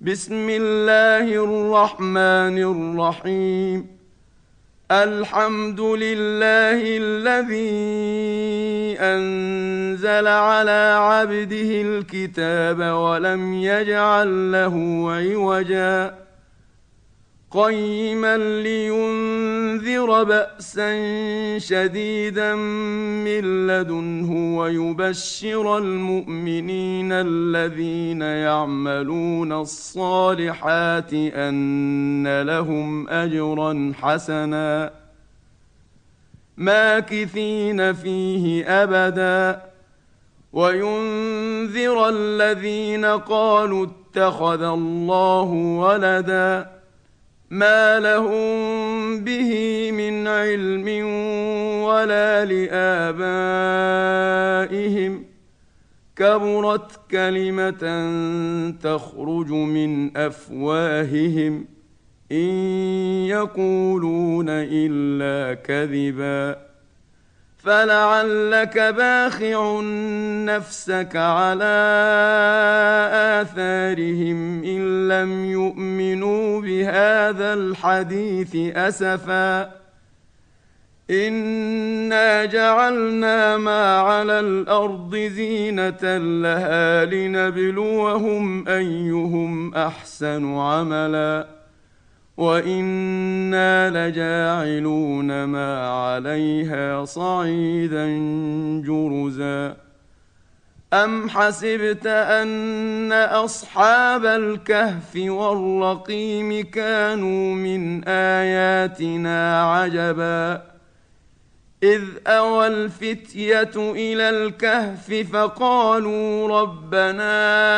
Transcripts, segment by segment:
بسم الله الرحمن الرحيم. الحمد لله الذي أنزل على عبده الكتاب ولم يجعل له عوجا قيما لينذر بأسا شديدا من لدنه ويبشر المؤمنين الذين يعملون الصالحات أن لهم أجرا حسنا ماكثين فيه أبدا وينذر الذين قالوا اتخذ الله ولدا ما لهم به من علم ولا لآبائهم كبرت كلمة تخرج من أفواههم إن يقولون إلا كذبا فلعلك باخع نفسك على آثارهم إن لم يؤمنوا بهذا الحديث أسفا إنا جعلنا ما على الأرض زينة لها لنبلوهم أيهم أحسن عملا وإنا لجاعلون ما عليها صعيدا جرزا أم حسبت أن أصحاب الكهف والرقيم كانوا من آياتنا عجبا إذ أوى الفتية إلى الكهف فقالوا ربنا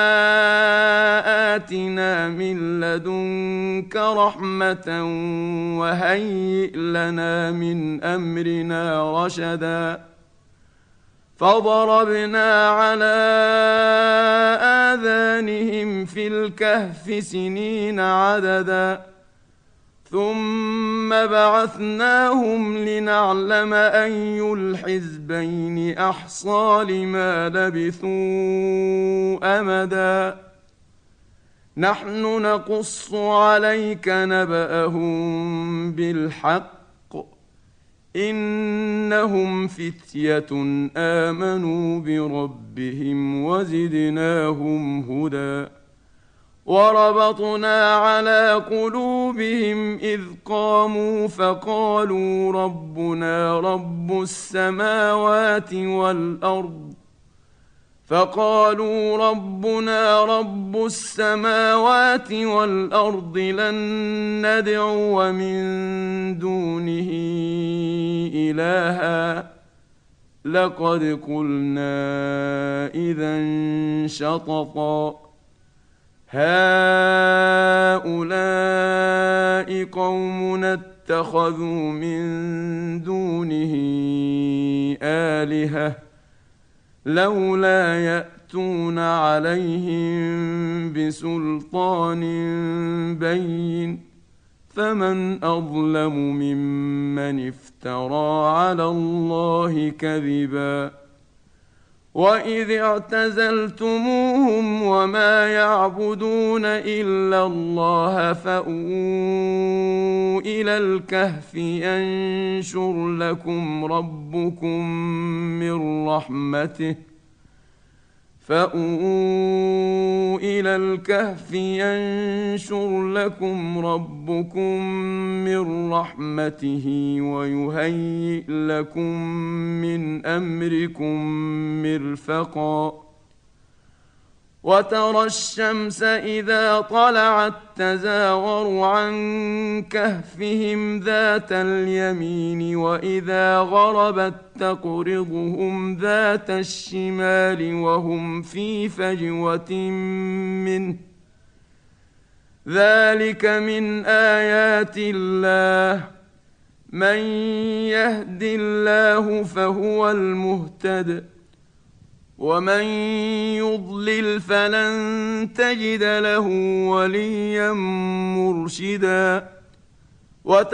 آتنا من لدنك رحمة وهيئ لنا من أمرنا رشدا فضربنا على آذانهم في الكهف سنين عددا ثم بعثناهم لنعلم أي الحزبين أحصى لما لبثوا أمدا نحن نقص عليك نبأهم بالحق إنهم فتية آمنوا بربهم وزدناهم هدى وربطنا على قلوبهم إذ قاموا فقالوا ربنا رب السماوات والأرض لن ندعو من دونه إلها لقد قلنا إذا شططا هؤلاء قومنا اتخذوا من دونه آلهة لولا يأتون عليهم بسلطان بين فمن أظلم ممن افترى على الله كذبا وإذ اعتزلتموهم وما يعبدون إلا الله فأووا إلى الكهف ينشر لكم ربكم من رحمته ويهيئ لكم من أمركم مرفقا وترى الشمس إذا طلعت تزاور عن كهفهم ذات اليمين وإذا غربت تقرضهم ذات الشمال وهم في فجوة منه ذلك من آيات الله من يهد الله فهو المهتد ومن يضلل فلن تجد له وليا مرشدا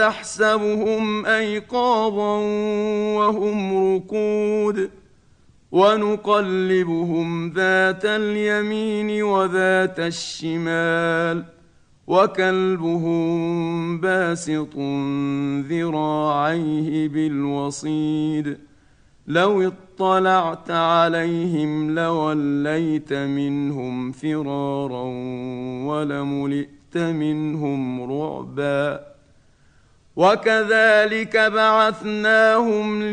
وتحسبهم أيقاظا وهم رقود ونقلبهم ذات اليمين وذات الشمال وكلبهم باسط ذراعيه بالوصيد لو اطلعت عليهم لوليت منهم فرارا ولملئت منهم رعبا وكذلك بعثناهم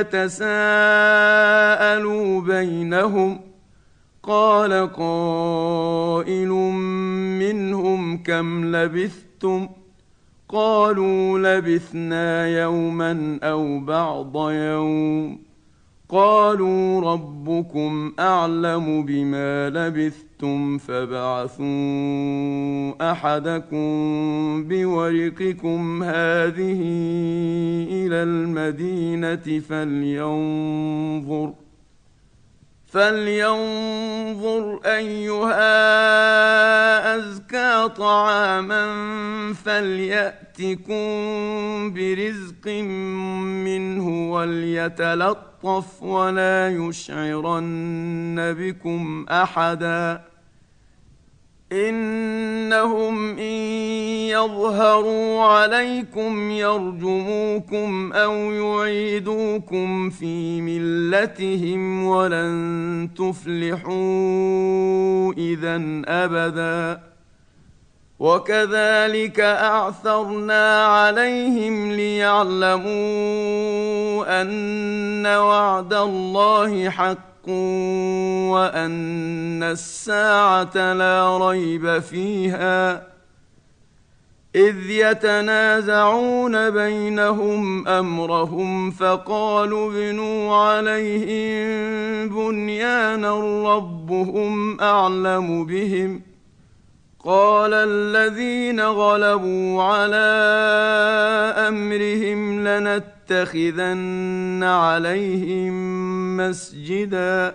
ليتساءلوا بينهم قال قائل منهم كم لبثتم قالوا لبثنا يوما أو بعض يوم قالوا ربكم أعلم بما لبثتم فابعثوا أحدكم بورقكم هذه إلى المدينة فلينظر أيها أزكى طعاما فليأتكم برزق منه وليتلطف ولا يشعرن بكم أحدا إنهم إن يظهروا عليكم يرجموكم أو يعيدوكم في ملتهم ولن تفلحوا إذن أبدا وكذلك أعثرنا عليهم ليعلموا أن وعد الله حق وأن الساعة لا ريب فيها إذ يتنازعون بينهم أمرهم فقالوا ابنوا عليهم بنيانا ربهم أعلم بهم قال الذين غلبوا على أمرهم لنتخذن عليهم مسجدا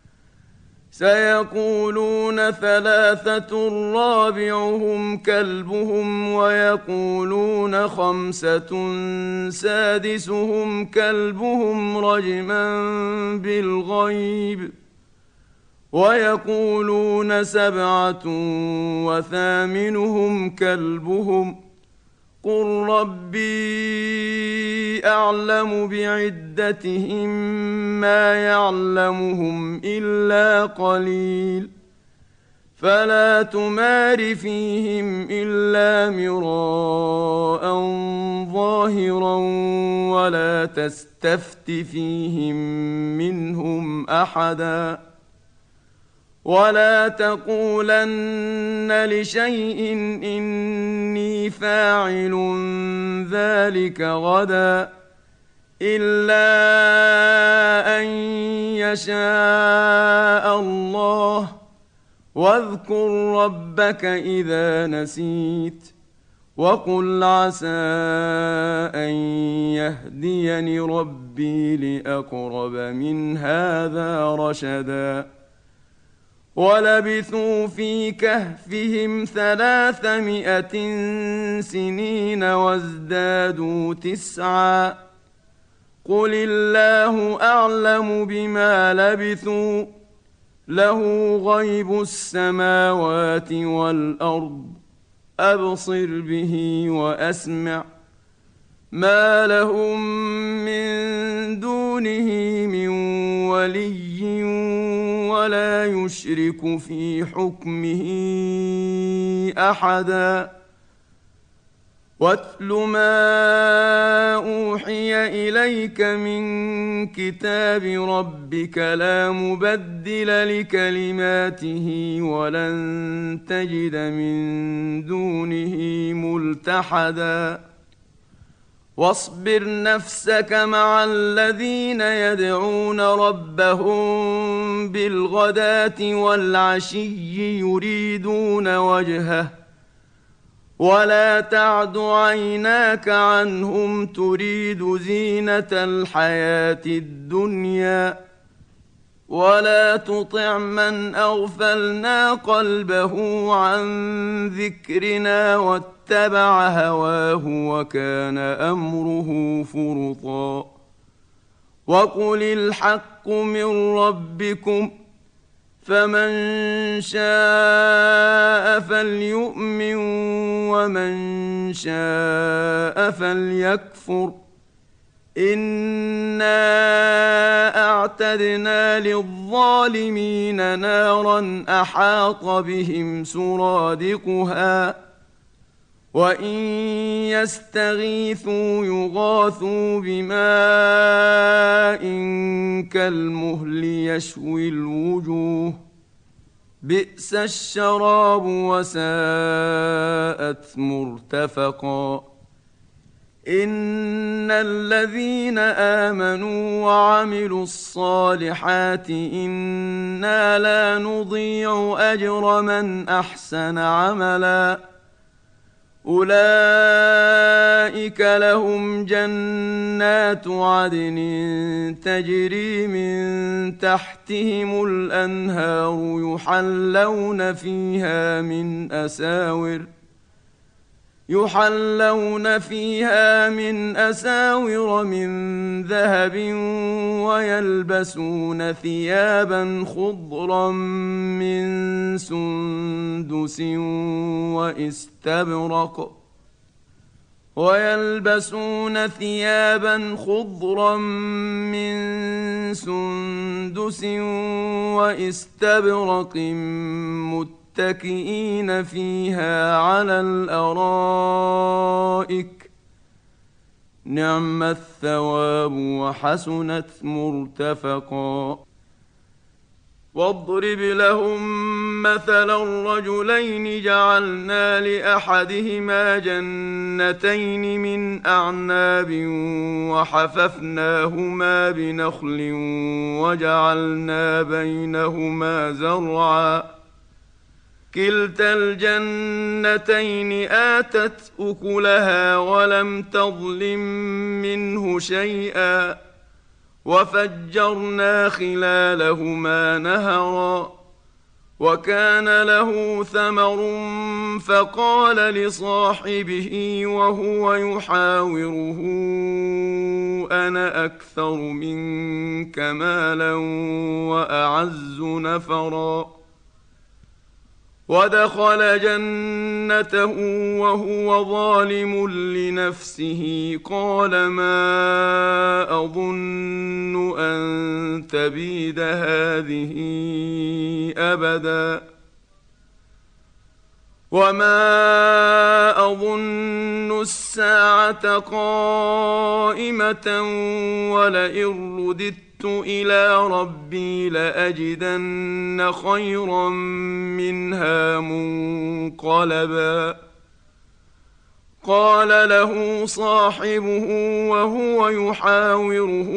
سيقولون ثلاثة رابعهم كلبهم ويقولون خمسة سادسهم كلبهم رجما بالغيب ويقولون سبعة وثامنهم كلبهم قل ربي أعلم بعدتهم ما يعلمهم إلا قليل فلا تمار فيهم إلا مراء ظاهرا ولا تستفت فيهم منهم أحدا ولا تقولن لشيء إني فاعل ذلك غدا إلا أن يشاء الله واذكر ربك إذا نسيت وقل عسى أن يهديني ربي لأقرب من هذا رشدا ولبثوا في كهفهم 300 سنين وازدادوا 9 قل الله أعلم بما لبثوا له غيب السماوات والأرض أبصر به وأسمع ما لهم من دونه من ولي ولا يشرك في حكمه أحدا واتل ما أوحي إليك من كتاب ربك لا مبدل لكلماته ولن تجد من دونه ملتحدا واصبر نفسك مع الذين يدعون ربهم بالغداة والعشي يريدون وجهه ولا تعد عيناك عنهم تريد زينة الحياة الدنيا ولا تطع من أغفلنا قلبه عن ذكرنا واتبع هواه وكان أمره فرطا وقل الحق من ربكم فمن شاء فليؤمن ومن شاء فليكفر إنا أعتدنا للظالمين نارا أحاط بهم سرادقها وإن يستغيثوا يغاثوا بماء كالمهل يشوي الوجوه بئس الشراب وساءت مرتفقا إن الذين آمنوا وعملوا الصالحات إنا لا نضيع أجر من أحسن عملا أولئك لهم جنات عدن تجري من تحتهم الأنهار يحلون فيها من أساور من ذهب ويلبسون ثيابا خضرا من سندس واستبرق متكئين فيها على الأرائك نعم الثواب وحسنت مرتفقا واضرب لهم مثلا الرجلين جعلنا لأحدهما جنتين من أعناب وحففناهما بنخل وجعلنا بينهما زرعا كلتا الجنتين آتت أكلها ولم تظلم منه شيئا وفجرنا خلالهما نهرا وكان له ثمر فقال لصاحبه وهو يحاوره أنا أكثر منك مالا وأعز نفرا ودخل جنته وهو ظالم لنفسه قال ما أظن أن تبيد هذه أبدا وما أظن الساعة قائمة ولئن رددت إلى ربي لأجدن خيرا منها منقلبا قال له صاحبه وهو يحاوره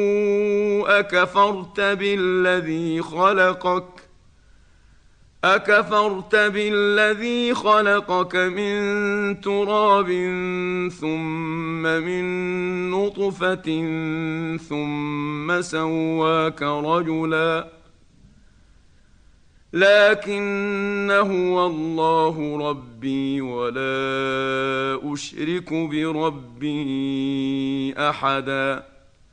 أكفرت بالذي خلقك من تراب ثم من نطفة ثم سواك رجلا لكن هو الله ربي ولا أشرك بربي أحدا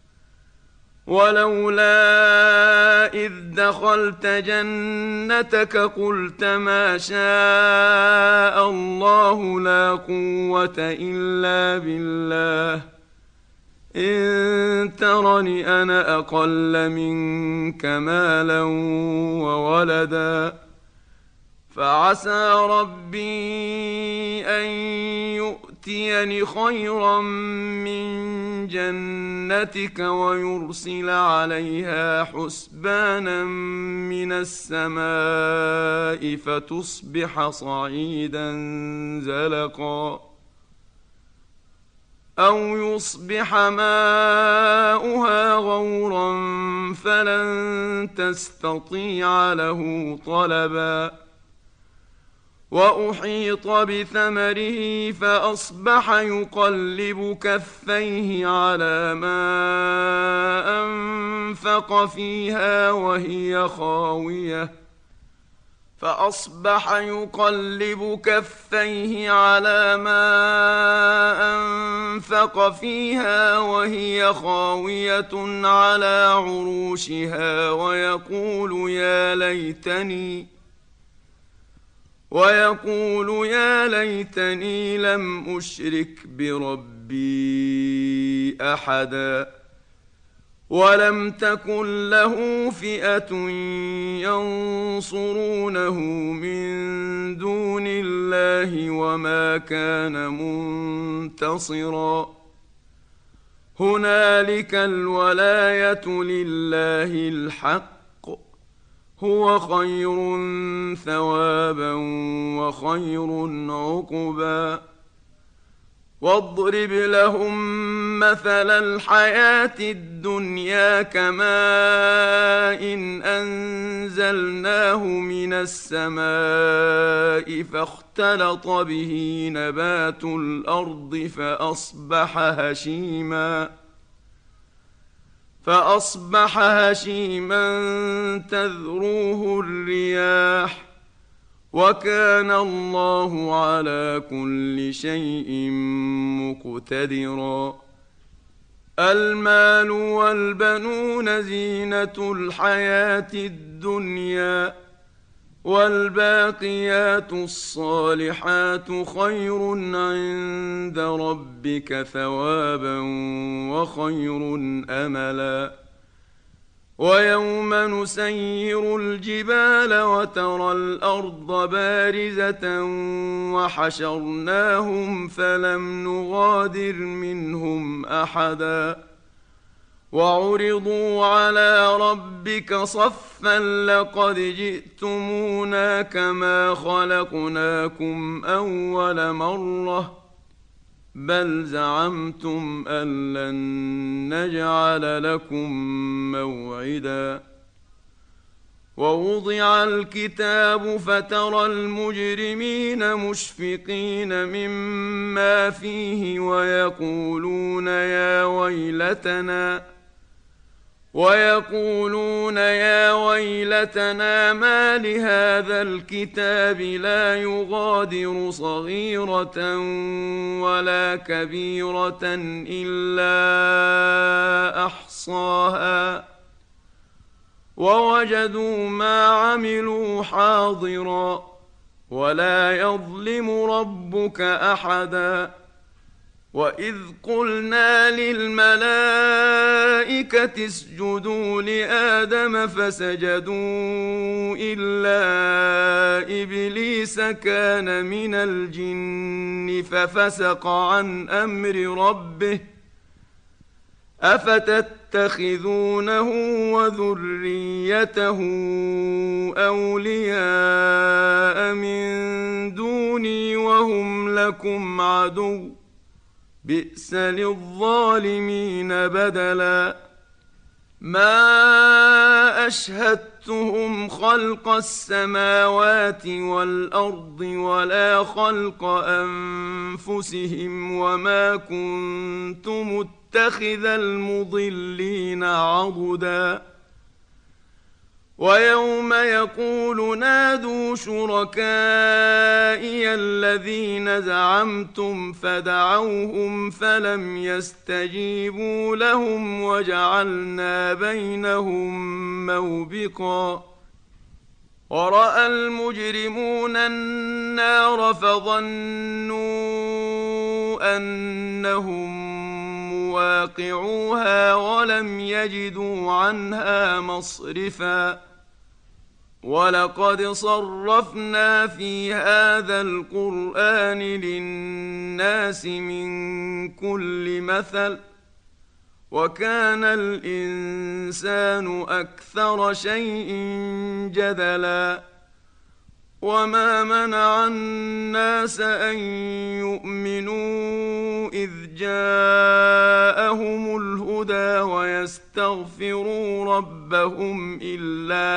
ولولا إذ دخلت جنتك قلت ما شاء الله لا قوة إلا بالله إن ترني أنا أقل منك مالا وولدا فعسى ربي أن يؤتيني خيرا من جنتك ويرسل عليها حسبانا من السماء فتصبح صعيدا زلقا أو يصبح ماؤها غورا فلن تستطيع له طلبا وأحيط بثمره فأصبح يقلب كفيه على ما فأصبح يقلب كفيه على ما أنفق فيها وهي خاوية على عروشها ويقول يا ليتني لم أشرك بربي أحدا ولم تكن له فئة ينصرونه من دون الله وما كان منتصرا هنالك الولاية لله الحق هو خير ثوابا وخير عقبا واضرب لهم مثل الحياة الدنيا كماء إن أنزلناه من السماء فاختلط به نبات الأرض فأصبح هشيما تذروه الرياح وكان الله على كل شيء مقتدرا المال والبنون زينة الحياة الدنيا والباقيات الصالحات خير عند ربك ثوابا وخير أملا ويوم نسير الجبال وترى الأرض بارزة وحشرناهم فلم نغادر منهم أحدا وعرضوا على ربك صفا لقد جئتمونا كما خلقناكم أول مرة بل زعمتم أن لن نجعل لكم موعدا ووضع الكتاب فترى المجرمين مشفقين مما فيه ويقولون يا ويلتنا ما لهذا الكتاب لا يغادر صغيرة ولا كبيرة إلا أحصاها ووجدوا ما عملوا حاضرا ولا يظلم ربك أحدا وإذ قلنا للملائكة اسجدوا لآدم فسجدوا إلا إبليس كان من الجن ففسق عن أمر ربه أفتتخذونه وذريته أولياء من دوني وهم لكم عدو بئس للظالمين بدلا ما أشهدتهم خلق السماوات والأرض ولا خلق أنفسهم وما كنت متخذ المضلين عضدا ويوم يقول نادوا شركائي الذين زعمتم فدعوهم فلم يستجيبوا لهم وجعلنا بينهم موبقا ورأى المجرمون النار فظنوا أنهم مواقعوها ولم يجدوا عنها مصرفا ولقد صرفنا في هذا القرآن للناس من كل مثل وكان الإنسان أكثر شيء جدلا وما منع الناس أن يؤمنوا إذ جاءهم الهدى ويستغفروا ربهم إلا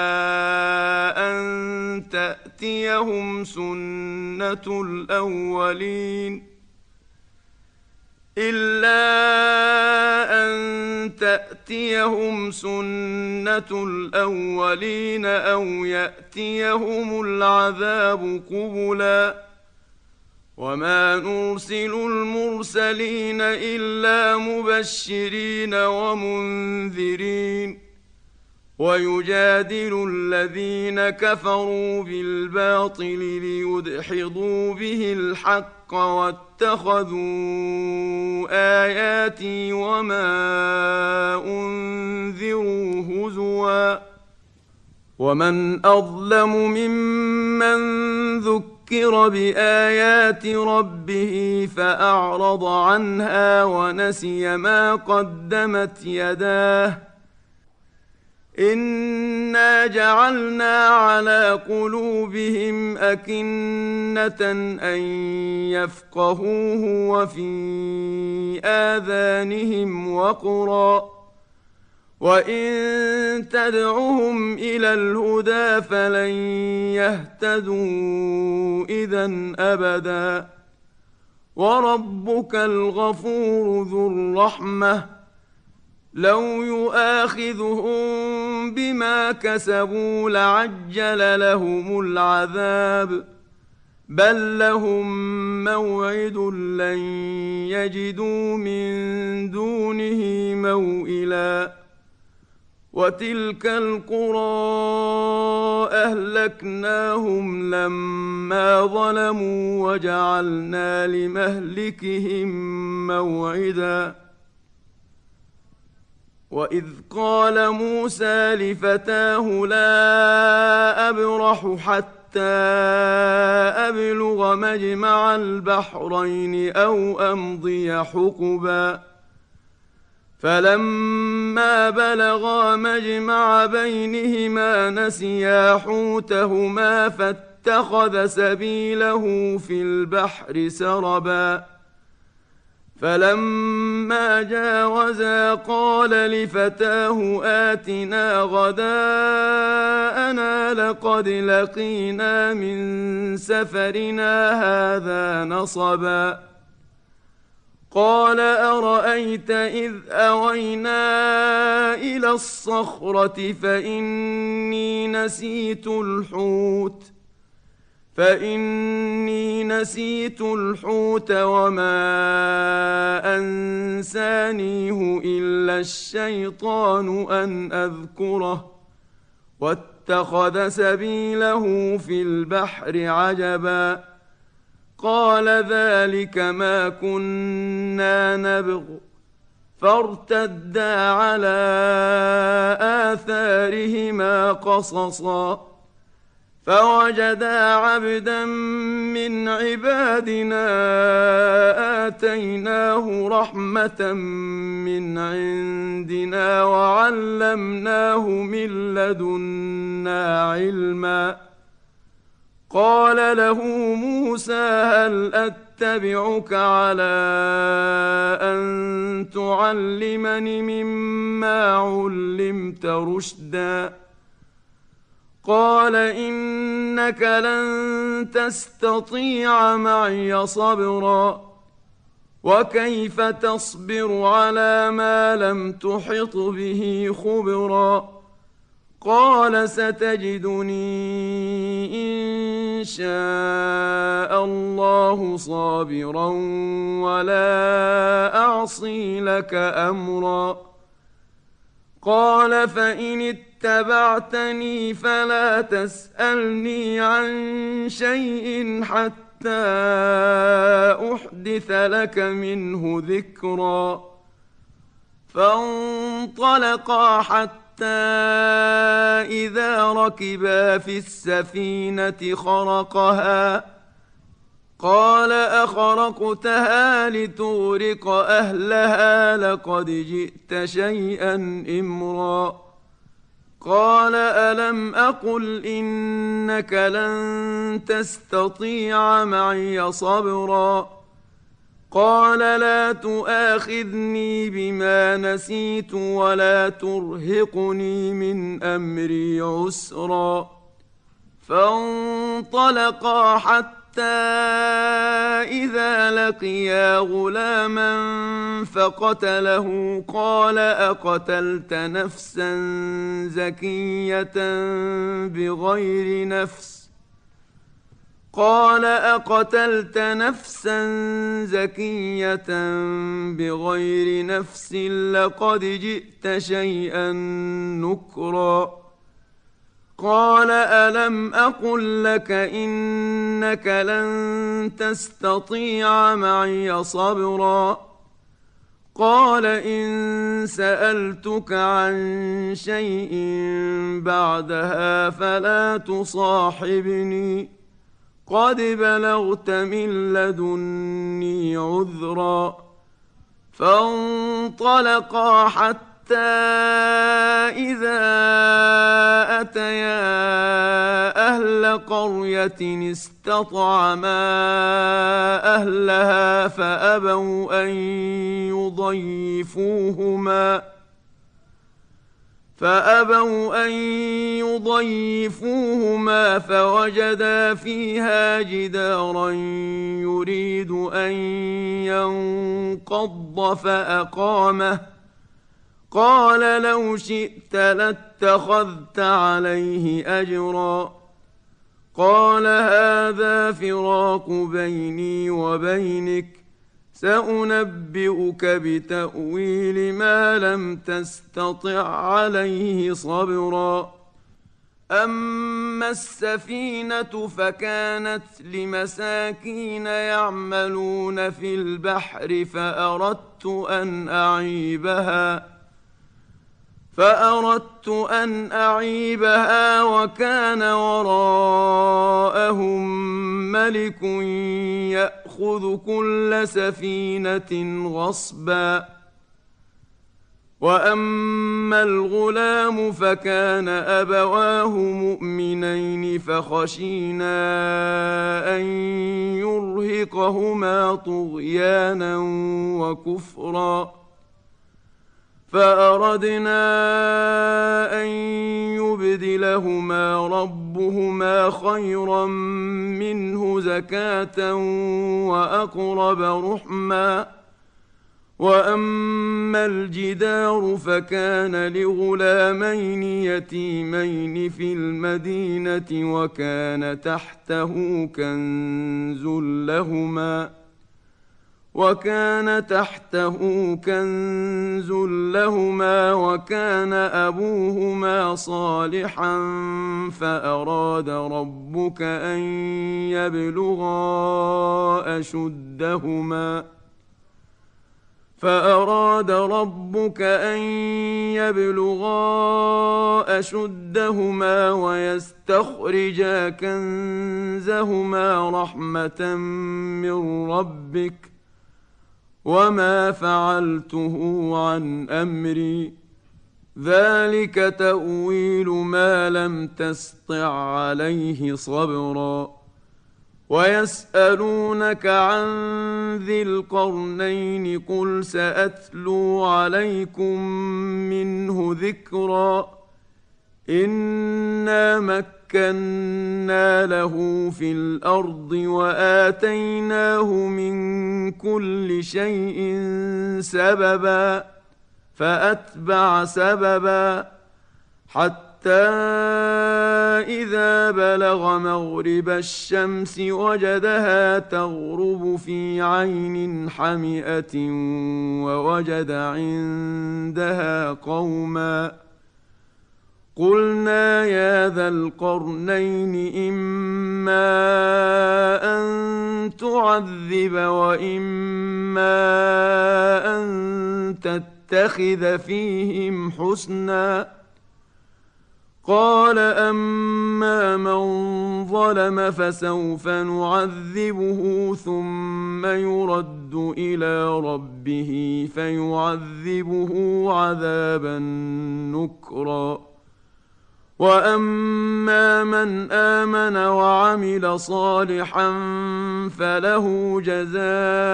أن تأتيهم سنة الأولين إلا أن تأتيهم سنة الأولين أو يأتيهم العذاب قبلا وما نرسل المرسلين إلا مبشرين ومنذرين ويجادل الذين كفروا بالباطل ليدحضوا به الحق واتخذوا آياتي وما أنذروا هزوا ومن أظلم ممن ذكر بآيات ربه فأعرض عنها ونسي ما قدمت يداه إنا جعلنا على قلوبهم أكنة أن يفقهوه وفي آذانهم وقرا وإن تدعهم إلى الهدى فلن يهتدوا إذن أبدا وربك الغفور ذو الرحمة لو يؤاخذهم بما كسبوا لعجل لهم العذاب بل لهم موعد لن يجدوا من دونه موئلا وتلك القرى أهلكناهم لما ظلموا وجعلنا لمهلكهم موعدا وإذ قال موسى لفتاه لا أبرح حتى أبلغ مجمع البحرين أو أمضي حقبا فلما بلغا مجمع بينهما نسيا حوتهما فاتخذ سبيله في البحر سربا فلما جاوزا قال لفتاه آتنا غداءنا لقد لقينا من سفرنا هذا نصبا قال أرأيت إذ أوينا إلى الصخرة فإني نسيت الحوت وما أنسانيه إلا الشيطان أن أذكره واتخذ سبيله في البحر عجبا قال ذلك ما كنا نبغ فارتدا على آثارهما قصصا فوجدا عبدا من عبادنا آتيناه رحمة من عندنا وعلمناه من لدنا علما قال له موسى هل أتبعك على أن تعلمني مما علمت رشدا قال إنك لن تستطيع معي صبرا وكيف تصبر على ما لم تحط به خبرا قال ستجدني إن شاء الله صابرا ولا أعصي لك أمرا قال فإن اتبعتني فلا تسألني عن شيء حتى أحدث لك منه ذكرا فانطلقا حتى إذا ركبا في السفينة خرقها قال أخرقتها لتغرق أهلها لقد جئت شيئا إمرا قال ألم أقل إنك لن تستطيع معي صبرا قال لا تؤاخذني بما نسيت ولا ترهقني من أمري عسرا فانطلقا حتى إذا فلقيا غلاما فقتله قال أقتلت نفسا زكية بغير نفس لقد جئت شيئا نكرا قال ألم أقل لك إنك لن تستطيع معي صبرا قال إن سألتك عن شيء بعدها فلا تصاحبني قد بلغت من لدني عذرا فانطلقا حتى إذا أتيا أهل قرية استطعما أهلها فأبوا أن يضيفوهما فوجدا فيها جدارا يريد أن ينقض فأقامه قال لو شئت لاتخذت عليه أجرا قال هذا فراق بيني وبينك سأنبئك بتأويل ما لم تستطع عليه صبرا أما السفينة فكانت لمساكين يعملون في البحر فأردت أن أعيبها وكان وراءهم ملك يأخذ كل سفينة غصبا وأما الغلام فكان أبواه مؤمنين فخشينا أن يرهقهما طغيانا وكفرا فأردنا أن يبدلهما ربهما خيرا منه زكاة وأقرب رحما وأما الجدار فكان لغلامين يتيمين في المدينة وكان تحته كنز لهما وكان أبوهما صالحا فأراد ربك أن يبلغا أشدهما ويستخرجا كنزهما رحمة من ربك وما فعلته عن أمري ذلك تأويل ما لم تسطع عليه صبرا ويسألونك عن ذي القرنين قل سأتلو عليكم منه ذكرا إنا مكنا له في الأرض وآتيناه من كل شيء سببا فأتبع سببا حتى إذا بلغ مغرب الشمس وجدها تغرب في عين حمئة ووجد عندها قوما قلنا يا ذا القرنين إما أن تعذب وإما أن تتخذ فيهم حسنا قال أما من ظلم فسوف نعذبه ثم يرد إلى ربه فيعذبه عذابا نكرا وأما من آمن وعمل صالحا فله جزاء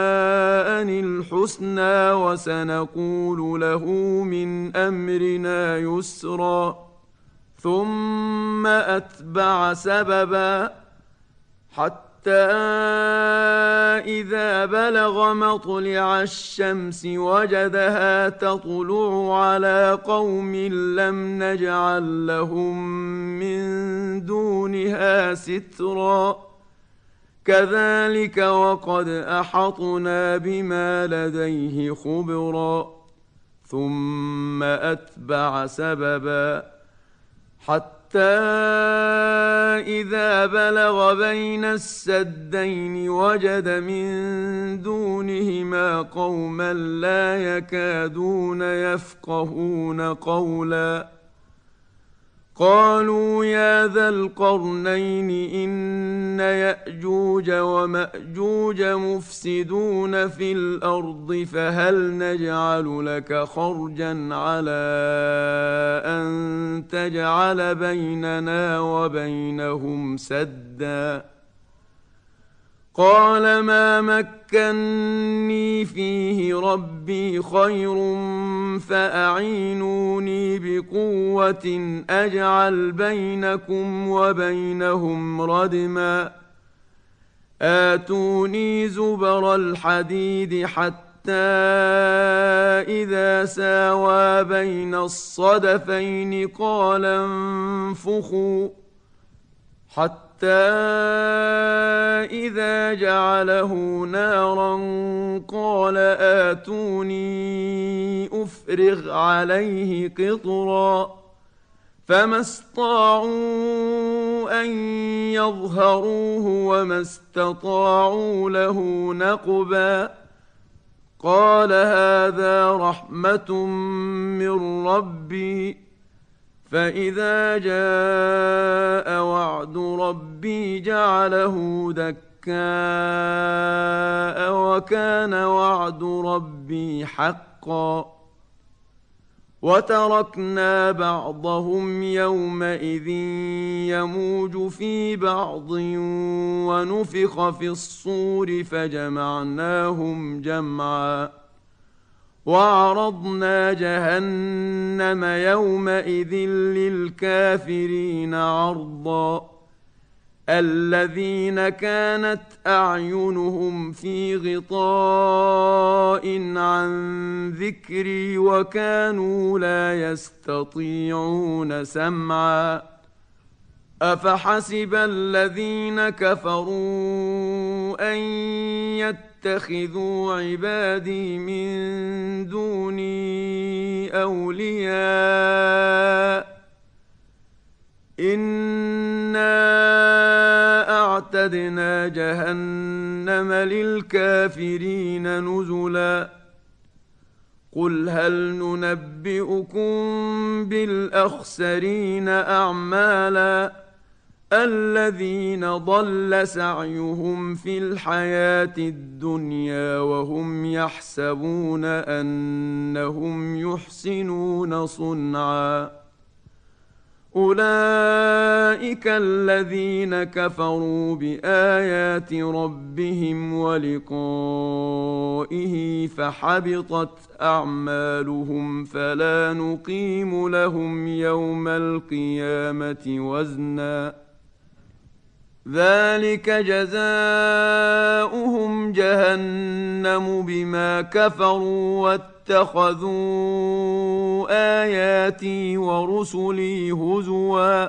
الحسنى وسنقول له من أمرنا يسرا ثم أتبع سببا حتى إذا بلغ مطلع الشمس وجدها تطلع على قوم لم نجعل لهم من دونها سترا كذلك وقد أحطنا بما لديه خبرا ثم أتبع سببا حتى إذا بلغ بين السدين وجد من دونهما قوما لا يكادون يفقهون قولا قالوا يا ذا القرنين إن يأجوج ومأجوج مفسدون في الأرض فهل نجعل لك خرجا على أن تجعل بيننا وبينهم سدا قال ما مكني فيه ربي خير فأعينوني بقوة أجعل بينكم وبينهم ردما آتوني زبر الحديد حتى إذا ساوى بين الصدفين قال انفخوا حتى إذا جعله نارا قال آتوني أفرغ عليه قطرا فما استطاعوا أن يظهروه وما استطاعوا له نقبا قال هذا رحمة من ربي فإذا جاء وعد ربي جعله دكاء وكان وعد ربي حقا وتركنا بعضهم يومئذ يموج في بعض ونفخ في الصور فجمعناهم جمعا وعرضنا جهنم يومئذ للكافرين عرضا الذين كانت أعينهم في غطاء عن ذكري وكانوا لا يستطيعون سمعا أفحسب الذين كفروا أن يتخذوا عبادي من دوني أولياء إنا أعتدنا جهنم للكافرين نزلا قل هل ننبئكم بالأخسرين أعمالا الذين ضل سعيهم في الحياة الدنيا وهم يحسبون أنهم يحسنون صنعا أولئك الذين كفروا بآيات ربهم ولقائه فحبطت أعمالهم فلا نقيم لهم يوم القيامة وزنا ذلك جزاؤهم جهنم بما كفروا واتخذوا آياتي ورسلي هزوا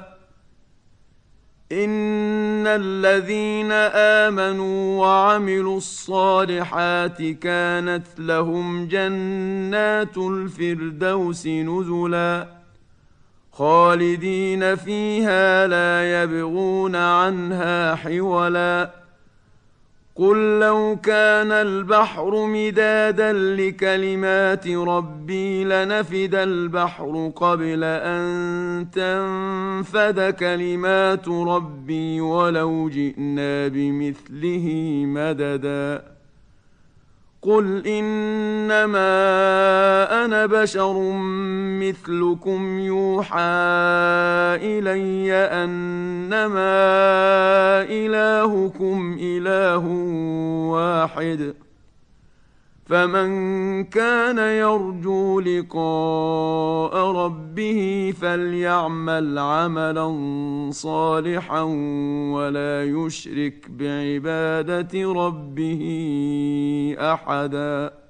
إن الذين آمنوا وعملوا الصالحات كانت لهم جنات الفردوس نزلا خالدين فيها لا يبغون عنها حولا قل لو كان البحر مدادا لكلمات ربي لنفد البحر قبل أن تنفد كلمات ربي ولو جئنا بمثله مددا قل إنما أنا بشر مثلكم يوحى إلي أنما إلهكم إله واحد فمن كان يرجو لقاء ربه فليعمل عملا صالحا ولا يشرك بعبادة ربه أحدا.